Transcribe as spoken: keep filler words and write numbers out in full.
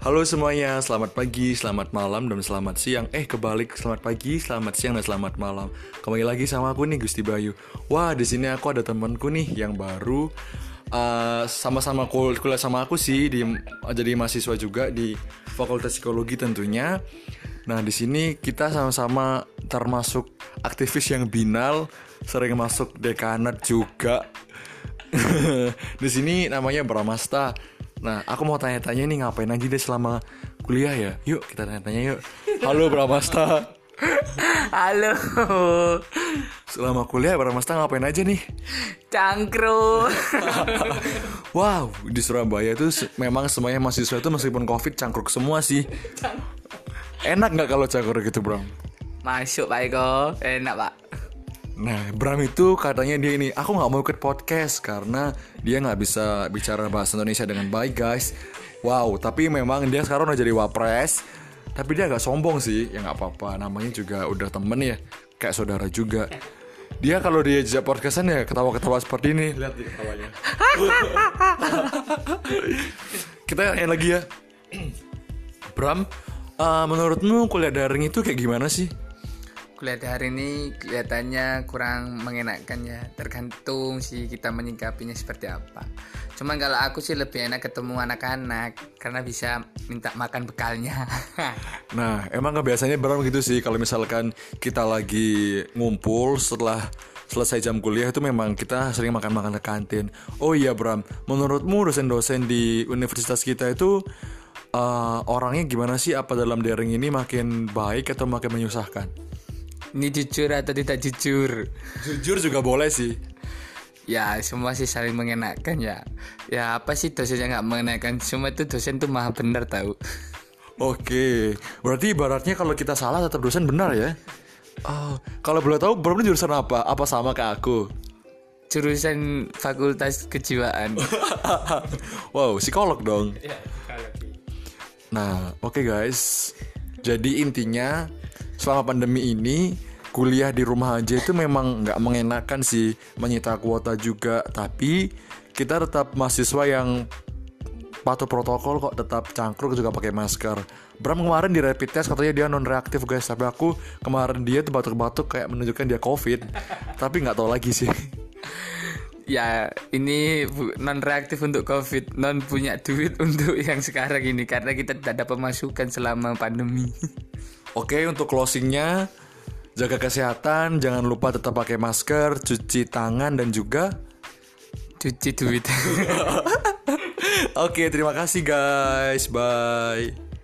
Halo semuanya, selamat pagi, selamat malam, dan selamat siang. Eh kebalik, selamat pagi, selamat siang, dan selamat malam. Kembali lagi sama aku nih, Gusti Bayu. Wah, di sini aku ada temanku nih yang baru uh, sama-sama kul- kuliah sama aku sih, di, jadi mahasiswa juga di Fakultas Psikologi tentunya. Nah, di sini kita sama-sama termasuk aktivis yang binal, sering masuk dekanat juga. Di sini namanya Bramasta. Nah, aku mau tanya-tanya nih, ngapain aja deh selama kuliah ya? Yuk, kita tanya-tanya yuk. Halo Bramasta. Halo. Selama kuliah Bramasta ngapain aja nih? Cangkru. Wow, di Surabaya tuh se- memang semuanya mahasiswa itu meskipun Covid cangkruk semua sih. Enak nggak kalau cangkruk gitu, Bram? Masuk Pak Eko. Enak Pak. Nah, Bram itu katanya dia ini, aku nggak mau ikut podcast karena dia nggak bisa bicara bahasa Indonesia dengan baik, guys. Wow, tapi memang dia sekarang udah jadi wapres. Tapi dia agak sombong sih, ya nggak apa-apa. Namanya juga udah temen ya, kayak saudara juga. Dia kalau dia jejak podcastan ya ketawa-ketawa seperti ini. Lihat nih ketawanya. Kita yang lagi ya. Bram, uh, menurutmu kuliah daring itu kayak gimana sih? Kuliah hari ini kelihatannya kurang mengenakkan ya. Tergantung sih kita menyikapinya seperti apa. Cuman kalau aku sih lebih enak ketemu anak-anak karena bisa minta makan bekalnya. Nah, emang kebiasaannya Bram gitu sih. Kalau misalkan kita lagi ngumpul setelah selesai jam kuliah itu memang kita sering makan-makan ke kantin. Oh iya Bram, menurutmu dosen-dosen di universitas kita itu uh, orangnya gimana sih? Apa dalam daring ini makin baik atau makin menyusahkan? Ini jujur atau tidak jujur? Jujur juga boleh sih. Ya semua sih saling mengenakan ya. Ya apa sih dosen yang gak mengenakan? Semua itu dosen tuh maha benar tahu. Oke, berarti ibaratnya kalau kita salah tetap dosen benar ya? Oh, kalau boleh tahu Bram ini jurusan apa? Apa sama kayak aku? Jurusan Fakultas Kejiwaan. Wow, psikolog dong. Ya, Nah, oke okay guys. Jadi intinya selama pandemi ini kuliah di rumah aja itu memang nggak mengenakan sih, menyita kuota juga. Tapi kita tetap mahasiswa yang patuh protokol kok, tetap cangkruk juga pakai masker. Bram kemarin di rapid test katanya dia non reaktif guys, tapi aku kemarin dia tuh batuk-batuk kayak menunjukkan dia COVID. Tapi nggak tahu lagi sih. Ya ini non reaktif untuk COVID, non punya duit untuk yang sekarang ini karena kita tidak ada pemasukan selama pandemi. Oke, untuk closingnya, jaga kesehatan, jangan lupa tetap pakai masker, cuci tangan dan juga Cuci duit. Oke, terima kasih guys. Bye.